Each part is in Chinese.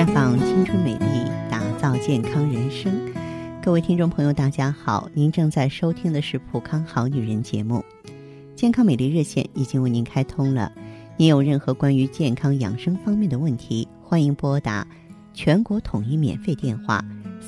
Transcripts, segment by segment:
绽放青春美丽，打造健康人生。各位听众朋友大家好，您正在收听的是普康好女人节目。健康美丽热线已经为您开通了，您有任何关于健康养生方面的问题，欢迎拨打全国统一免费电话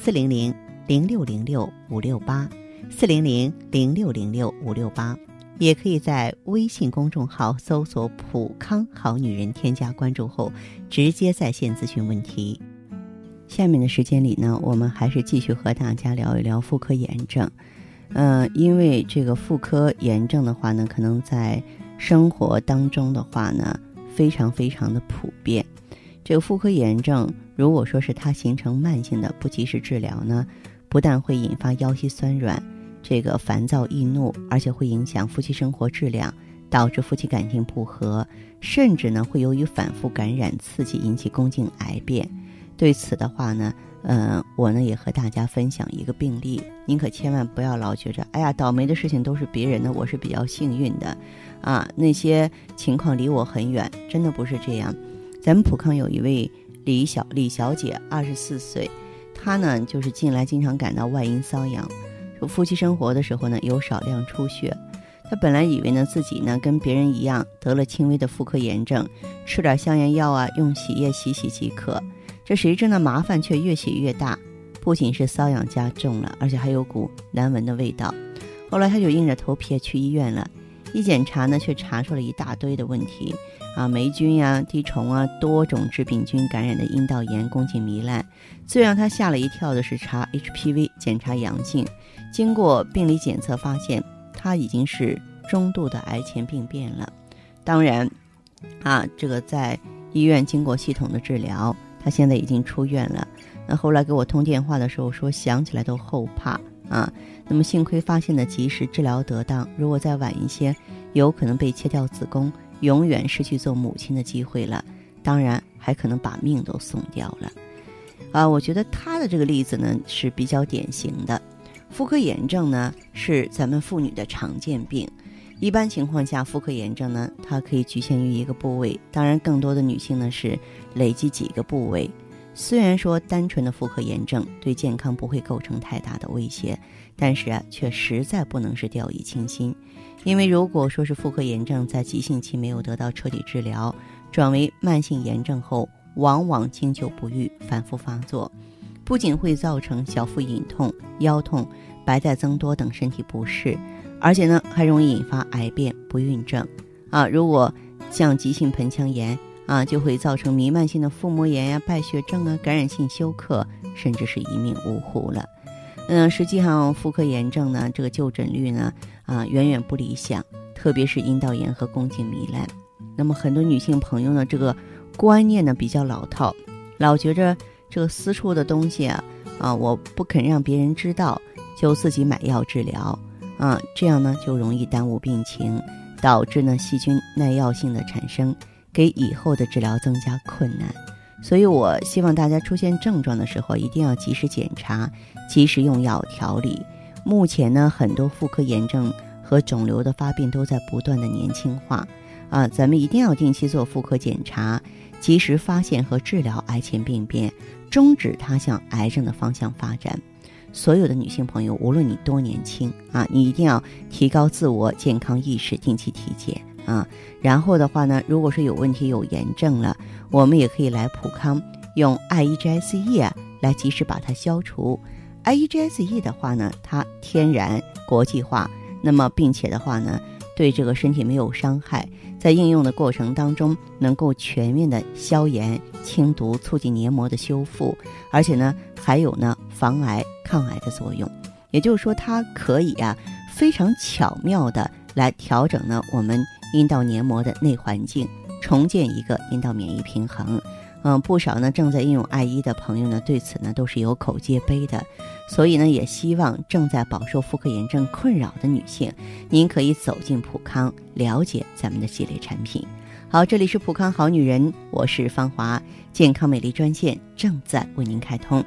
400-0606-568，400-0606-568，也可以在微信公众号搜索普康好女人，添加关注后直接在线咨询问题。下面的时间里呢，我们还是继续和大家聊一聊妇科炎症。因为这个妇科炎症的话呢，可能在生活当中的话呢，非常非常的普遍。这个妇科炎症如果说是它形成慢性的不及时治疗呢，不但会引发腰膝酸软，这个烦躁易怒，而且会影响夫妻生活质量，导致夫妻感情不和，甚至呢会由于反复感染刺激引起宫颈癌变。对此的话呢，我呢也和大家分享一个病例，您可千万不要老觉着，哎呀，倒霉的事情都是别人的，我是比较幸运的啊，那些情况离我很远，真的不是这样。咱们普康有一位李小姐，24岁，她呢就是近来经常感到外阴瘙痒，说夫妻生活的时候呢有少量出血。她本来以为呢自己呢跟别人一样得了轻微的妇科炎症，吃点消炎药啊，用洗液洗洗即可。这谁知呢麻烦却越洗越大，不仅是瘙痒加重了，而且还有股难闻的味道。后来她就硬着头皮去医院了，一检查呢却查出了一大堆的问题啊，霉菌啊、滴虫啊、多种致病菌感染的阴道炎、宫颈糜烂。最让她吓了一跳的是查 HPV 检查阳性，经过病理检测发现她已经是中度的癌前病变了。当然啊，这个在医院经过系统的治疗，她现在已经出院了。那后来给我通电话的时候说，想起来都后怕啊。那么幸亏发现的及时，治疗得当，如果再晚一些，有可能被切掉子宫，永远失去做母亲的机会了，当然还可能把命都送掉了啊。我觉得她的这个例子呢是比较典型的。妇科炎症呢是咱们妇女的常见病，一般情况下妇科炎症呢它可以局限于一个部位，当然更多的女性呢是累积几个部位。虽然说单纯的妇科炎症对健康不会构成太大的威胁，但是却实在不能是掉以轻心。因为如果说是妇科炎症在急性期没有得到彻底治疗，转为慢性炎症后，往往经久不愈，反复发作，不仅会造成小腹隐痛、腰痛、白带增多等身体不适，而且呢还容易引发癌变、不孕症啊。如果像急性盆腔炎啊，就会造成弥漫性的腹膜炎呀、败血症啊、感染性休克，甚至是一命呜呼了。实际上妇科炎症呢，这个就诊率呢远远不理想，特别是阴道炎和宫颈糜烂。那么很多女性朋友呢，这个观念呢比较老套，老觉着这个私处的东西我不肯让别人知道，就自己买药治疗这样呢就容易耽误病情，导致呢细菌耐药性的产生，给以后的治疗增加困难。所以我希望大家出现症状的时候一定要及时检查，及时用药调理。目前呢很多妇科炎症和肿瘤的发病都在不断的年轻化咱们一定要定期做妇科检查，及时发现和治疗癌前病变，终止它向癌症的方向发展。所有的女性朋友，无论你多年轻你一定要提高自我健康意识，定期体检然后的话呢，如果说有问题有炎症了，我们也可以来普康用 IEGSE 来及时把它消除。IEGSE 的话呢，它天然国际化，那么并且的话呢，对这个身体没有伤害，在应用的过程当中能够全面的消炎清毒，促进黏膜的修复，而且呢还有呢防癌抗癌的作用。也就是说它可以非常巧妙的来调整呢我们阴道黏膜的内环境，重建一个阴道免疫平衡。不少呢正在应用IE的朋友呢对此呢都是有口皆碑的，所以呢也希望正在饱受妇科炎症困扰的女性，您可以走进普康，了解咱们的系列产品。好，这里是普康好女人，我是芳华，健康美丽专线正在为您开通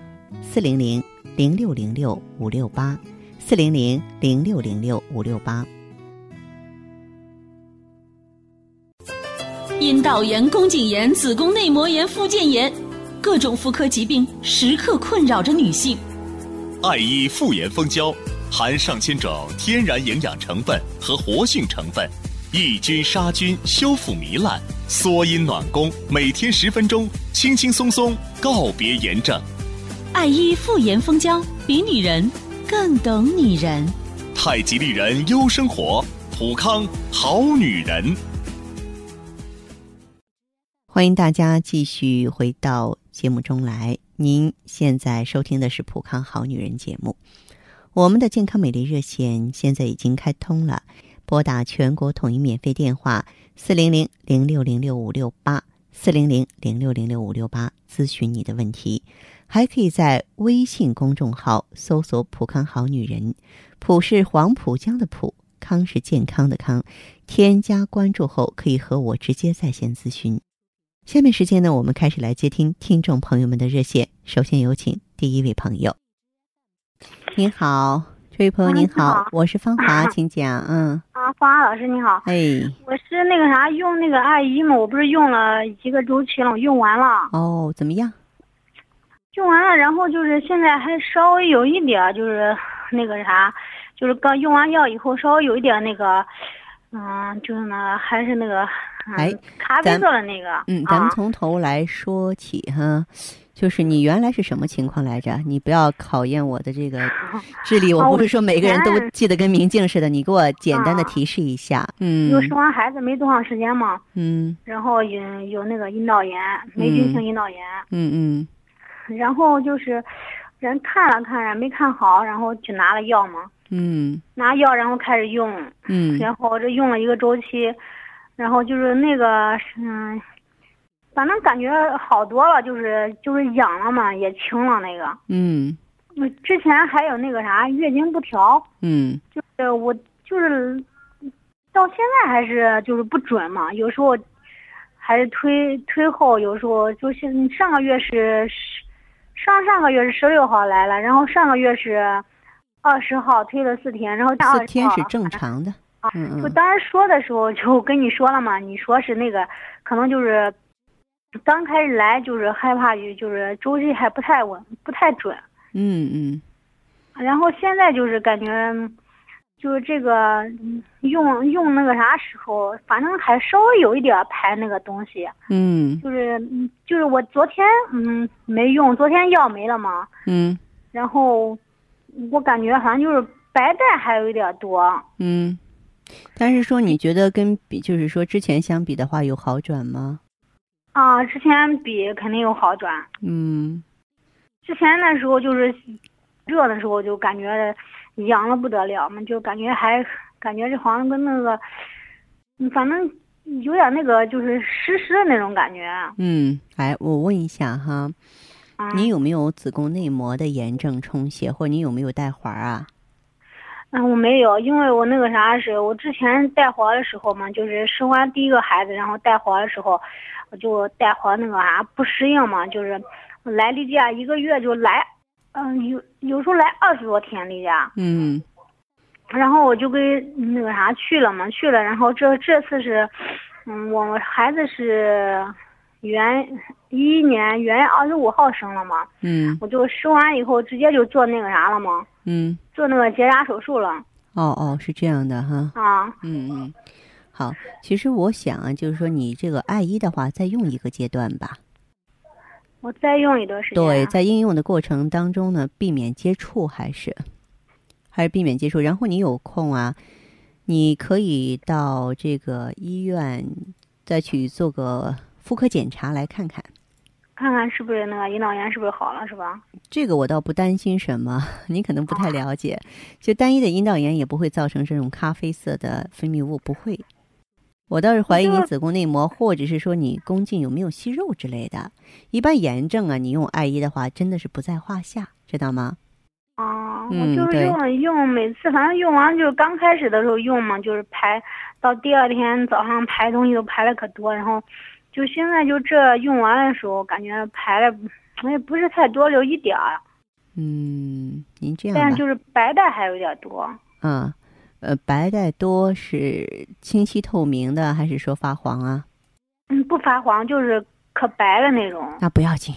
，400-0606-568，400-0606-568。 阴道炎、宫颈炎、子宫内膜炎、附件炎， 各种妇科疾病时刻困扰着女性。 爱伊妇炎蜂胶含上千种天然营养成分和活性成分，抑菌杀菌，修复糜烂，缩阴暖宫，每天10分钟，轻轻松松告别炎症。 爱伊妇炎蜂胶，比女人更懂女人。 太极丽人优生活，普康好女人。 欢迎大家继续回到节目中来。您现在收听的是普康好女人节目。我们的健康美丽热线现在已经开通了，拨打全国统一免费电话400-0606-568，400-0606-568咨询你的问题。还可以在微信公众号搜索普康好女人，普是黄浦江的浦，康是健康的康，添加关注后可以和我直接在线咨询。下面时间呢，我们开始来接听听众朋友们的热线。首先有请第一位朋友。您好，这位朋友您好，我是芳华，请讲。 芳华老师你好。我是那个啥用那个爱伊嘛，我不是用了几个周期了，我用完了。 哦，怎么样？ 用完了，然后就是现在还稍微有一点，就是那个啥，就是刚用完药以后稍微有一点那个，就是呢还是那个。咖啡色的那个。 咱们从头来说起哈，就是你原来是什么情况来着？你不要考验我的这个智力，我不是说每个人都记得跟明镜似的，你给我简单的提示一下。 就生完孩子没多长时间嘛。然后有那个阴道炎，霉菌性阴道炎。然后就是人看了看没看好，然后就拿了药嘛。拿药然后开始用。然后这用了一个周期。然后就是那个，反正感觉好多了，就是痒了嘛，也轻了那个。之前还有那个啥月经不调。就是我就是到现在还是就是不准嘛，有时候还是推后，有时候就是上个月是16号来了，然后上个月是20号推了4天，然后 4天是正常的。 就当时说的时候就跟你说了嘛，你说是那个可能就是刚开始来就是害怕就是周期还不太稳不太准。然后现在就是感觉就是这个用那个啥时候，反正还稍微有一点排那个东西。就是我昨天没用，昨天药没了嘛。然后我感觉好像就是白带还有一点多。 但是说你觉得就是说之前相比的话有好转吗？ 之前比肯定有好转。之前那时候就是热的时候就感觉痒了不得了嘛，就感觉这好像跟那个反正有点那个就是湿的那种感觉。 我问一下哈，你有没有子宫内膜的炎症充血，或者你有没有带环啊？ 我没有，因为我那个啥是我之前带环的时候嘛，就是生完第一个孩子，然后带环的时候，我就带环那个啥不适应嘛，就是来例假1个月就来，有时候来20多天例假。然后我就跟那个啥去了，然后这次是，我孩子是2011年元月25号生了嘛。我就生完以后直接就做那个啥了嘛。做那个结扎手术了。 是这样的哈。好，其实我想啊，就是说你这个爱伊的话，再用一个阶段吧。 我再用一段时间。 对，在应用的过程当中呢，避免接触还是避免接触。然后你有空啊，你可以到这个医院再去做个妇科检查来看看是不是那个阴道炎是不是好了，是吧？ 这个我倒不担心什么，你可能不太了解。就单一的阴道炎也不会造成这种咖啡色的分泌物，不会。我倒是怀疑你子宫内膜，或者是说你宫颈有没有息肉之类的。一般炎症啊，你用爱伊的话，真的是不在话下，知道吗？ 我就是用每次反正用完就是刚开始的时候用嘛，就是排到第2天早上排东西都排了可多，然后就现在就这用完的时候感觉排了也不是太多，就一点儿。 您这样吧， 但就是白带还有点多。 白带多是清晰透明的，还是说发黄啊？ 不发黄，就是可白的那种。 那不要紧，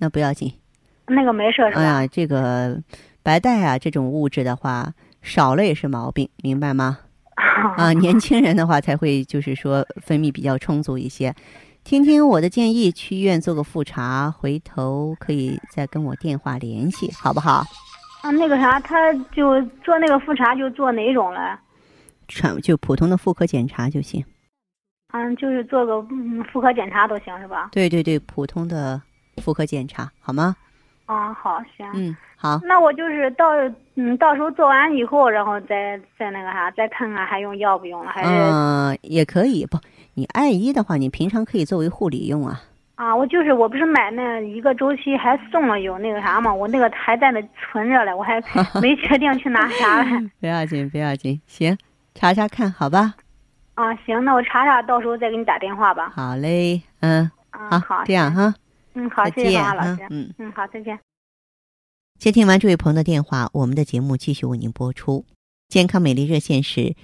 那不要紧。 那个没事是吧？ 哎呀，这个白带啊这种物质的话，少了也是毛病，明白吗？啊，年轻人的话才会就是说分泌比较充足一些。听听我的建议，去医院做个复查，回头可以再跟我电话联系，好不好？ 那个啥，他就做那个复查，就做哪种了？ 就普通的妇科检查就行。 就是做个妇科检查都行是吧？ 对对对，普通的妇科检查，好吗？ 好，行。 好。 那我就是到时候做完以后，然后再那个啥，再看看还用药不用了，还是也可以不？你艾依的话，你平常可以作为护理用啊。 我不是买那1个周期还送了有那个啥嘛，我那个还在那存着嘞，我还没决定去拿啥嘞。 不要紧，行，查查看好吧。 行，那我查查，到时候再给你打电话吧。 好嘞， 好， 这样哈。 好，谢谢芳华老师。好，再见。 接听完这位朋友的电话，我们的节目继续为您播出。健康美丽热线是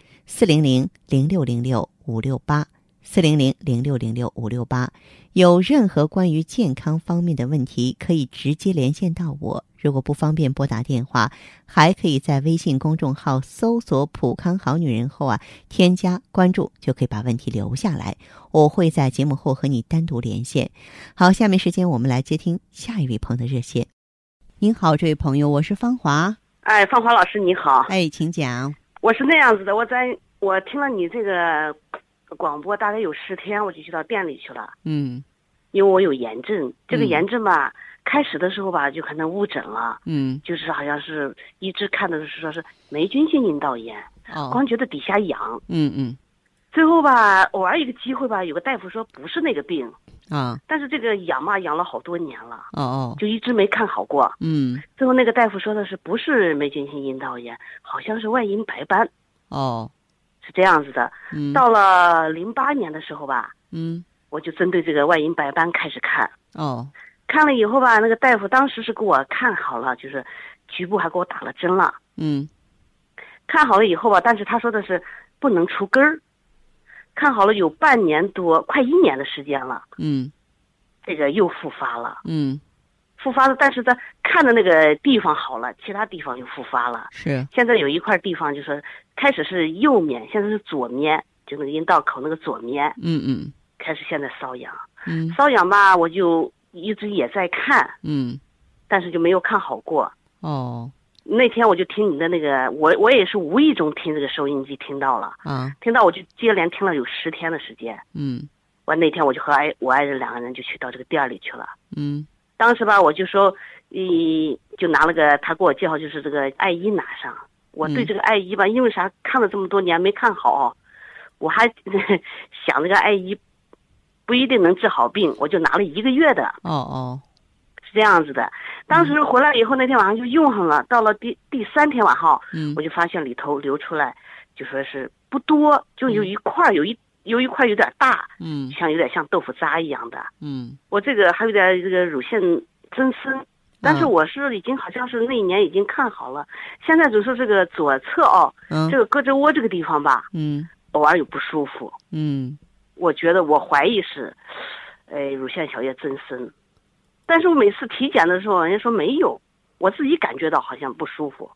400-0606-568，400-0606-568。有任何关于健康方面的问题，可以直接连线到我。如果不方便拨打电话，还可以在微信公众号搜索普康好女人后添加关注，就可以把问题留下来，我会在节目后和你单独连线。好，下面时间我们来接听下一位朋友的热线。您好，这位朋友，我是芳华。 芳华老师你好。 请讲。 我是那样子的，我听了你这个广播大概有10天，我就去到店里去了。因为我有炎症，这个炎症吧，开始的时候吧就可能误诊了。就是好像是一直看的是说是霉菌性阴道炎，光觉得底下痒。最后吧，偶尔一个机会吧，有个大夫说不是那个病。但是这个痒嘛，痒了好多年了。就一直没看好过。最后那个大夫说的是不是霉菌性阴道炎，好像是外阴白斑。是这样子的。到了08年的时候吧，我就针对这个外阴白斑开始看。看了以后吧，那个大夫当时是给我看好了，就是局部还给我打了针了。看好了以后吧，但是他说的是不能除根儿。看好了有半年多，快1年的时间了。这个又复发了。复发了，但是他看的那个地方好了，其他地方又复发了。 是。 现在有一块地方就是开始是右面，现在是左面，就那个阴道口那个左面。开始现在瘙痒。瘙痒吧，我就一直也在看。但是就没有看好过。那天我就听你的那个，我也是无意中听这个收音机听到了。听到我就接连听了有10天的时间。完那天我就和我爱人2个人就去到这个店里去了。当时吧我就说，就拿了个他给我介绍，就是这个艾依拿上。我对这个艾依吧，因为啥看了这么多年没看好，我还想这个艾依不一定能治好病，我就拿了1个月的。是这样子的。当时回来以后那天晚上就用上了，到了第3天晚上，我就发现里头流出来，就说是不多，就有一块有块有点大，有点像豆腐渣一样的。我这个还有点这个乳腺增生，但是我是已经好像是那一年已经看好了。现在就说这个左侧这个胳肢窝这个地方吧，偶尔有不舒服。我觉得我怀疑是，乳腺小叶增生。但是我每次体检的时候，人家说没有，我自己感觉到好像不舒服。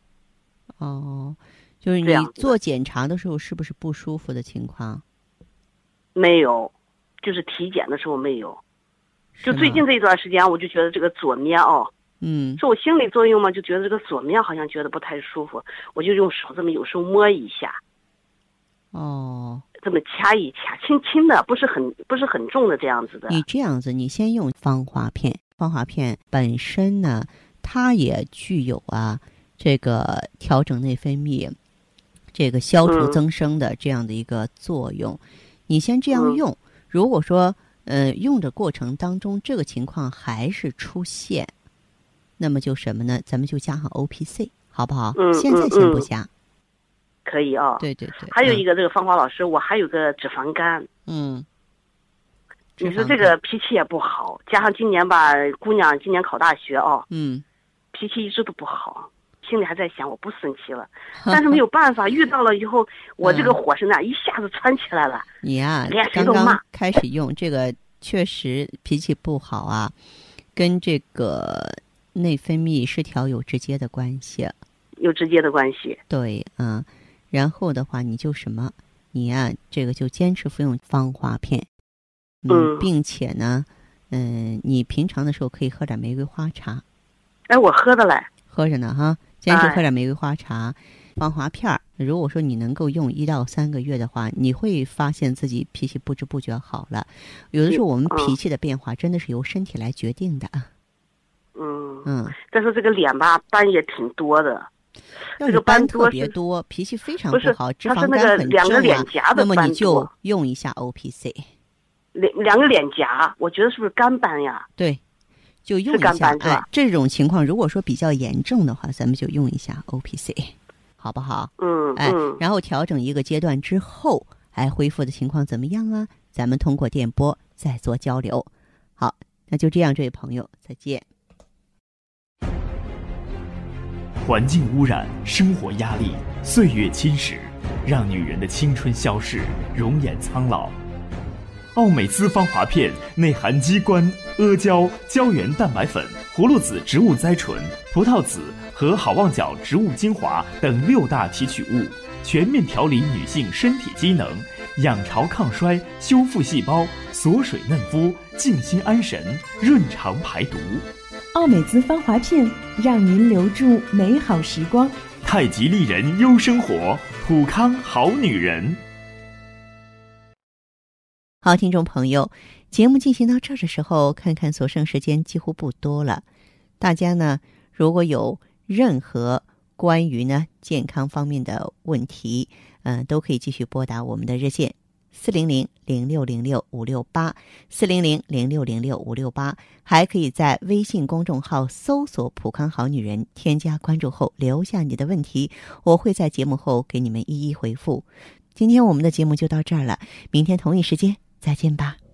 就是你做检查的时候是不是不舒服的情况？ 没有，就是体检的时候没有。就最近这一段时间，我就觉得这个左面是我心理作用嘛，就觉得这个左面好像觉得不太舒服，我就用手这么有时候摸一下。这么掐一掐，轻轻的，不是很重的这样子的。 你这样子，你先用芳华片。芳华片本身呢，它也具有这个调整内分泌、这个消除增生的这样的一个作用。你先这样用。如果说用的过程当中这个情况还是出现，那么就什么呢？咱们就加上 OPC， 好不好？现在先不加。 可以对。 还有一个这个芳华老师，我还有个脂肪肝。你说这个脾气也不好，加上今年吧，姑娘今年考大学脾气一直都不好，心里还在想我不生气了，但是没有办法，遇到了以后，我这个火是那一下子窜起来了。 你连谁都骂。 刚刚开始用这个，确实脾气不好跟这个内分泌失调有直接的关系。 有直接的关系。 对，然后的话你就什么，你呀这个就坚持服用芳华片，并且呢，你平常的时候可以喝点玫瑰花茶。 哎，我喝的嘞， 喝着呢哈，坚持喝点玫瑰花茶。芳华片儿，如果说你能够用1到3个月的话，你会发现自己脾气不知不觉好了。有的时候我们脾气的变化真的是由身体来决定的。但是这个脸吧斑也挺多的。 要是斑特别多，脾气非常不好，脂肪肝很两个脸颊的斑多， 那么你就用一下 OPC。 两个脸颊，我觉得是不是肝斑呀？ 对，就用一下。这种情况如果说比较严重的话，咱们就用一下 OPC， 好不好？然后调整一个阶段之后，恢复的情况怎么样啊？咱们通过电波再做交流。好，那就这样，这位朋友，再见。 环境污染、生活压力、岁月侵蚀，让女人的青春消逝，容颜苍老。奥美姿芳华片内含鸡冠、阿胶、胶原蛋白粉、葫芦籽植物甾醇、葡萄籽和好望角植物精华等6大提取物，全面调理女性身体机能，养巢抗衰，修复细胞，锁水嫩肤，静心安神，润肠排毒。 奥美姿芳华片，让您留住美好时光。 太极丽人优生活，普康好女人。 好，听众朋友，节目进行到这儿的时候，看看所剩时间几乎不多了。大家呢，如果有任何关于呢健康方面的问题，都可以继续拨打我们的热线400-0606-568，400-0606-568，还可以在微信公众号搜索普康好女人，添加关注后留下你的问题，我会在节目后给你们一一回复。今天我们的节目就到这儿了，明天同一时间再见吧。